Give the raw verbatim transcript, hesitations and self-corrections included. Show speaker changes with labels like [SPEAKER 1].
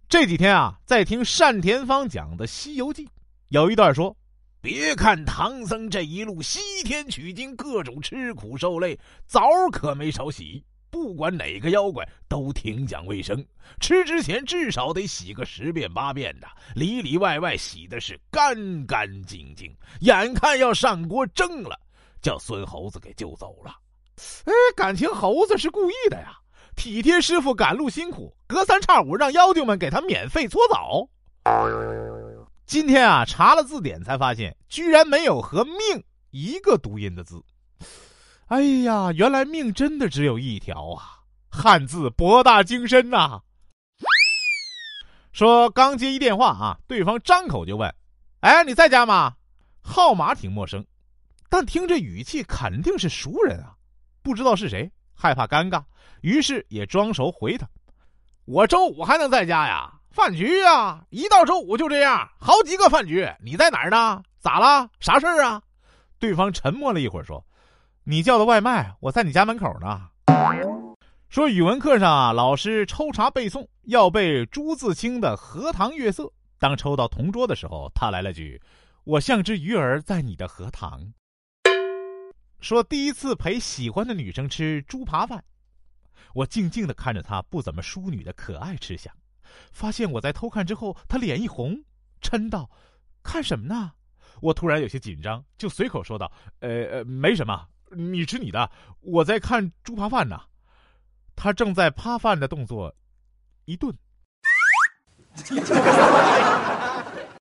[SPEAKER 1] 这几天啊，在听单田芳讲的《西游记》，有一段说，别看唐僧这一路西天取经，各种吃苦受累，澡可没少洗。不管哪个妖怪都挺讲卫生，吃之前至少得洗个十遍八遍的，里里外外洗的是干干净净。眼看要上锅蒸了，叫孙猴子给救走了。哎，感情猴子是故意的呀，体贴师傅赶路辛苦，隔三差五让妖精们给他免费搓澡。今天啊，查了字典才发现，居然没有和命一个读音的字。哎呀，原来命真的只有一条啊！汉字博大精深呐、啊。说刚接一电话啊，对方张口就问：“哎，你在家吗？”号码挺陌生，但听这语气肯定是熟人啊，不知道是谁，害怕尴尬，于是也装熟回他：“我周五还能在家呀？饭局啊，一到周五就这样，好几个饭局。你在哪儿呢？咋了？啥事儿啊？”对方沉默了一会儿说：“你叫的外卖，我在你家门口呢。”说语文课上啊，老师抽查背诵，要背朱自清的《荷塘月色》。当抽到同桌的时候，他来了句：“我像只鱼儿在你的荷塘。”说第一次陪喜欢的女生吃猪扒饭，我静静地看着她不怎么淑女的可爱吃相，发现我在偷看之后，她脸一红，嗔道：“看什么呢？”我突然有些紧张，就随口说道：“呃呃，没什么，你吃你的，我在看猪扒饭呢。”他正在扒饭的动作一顿。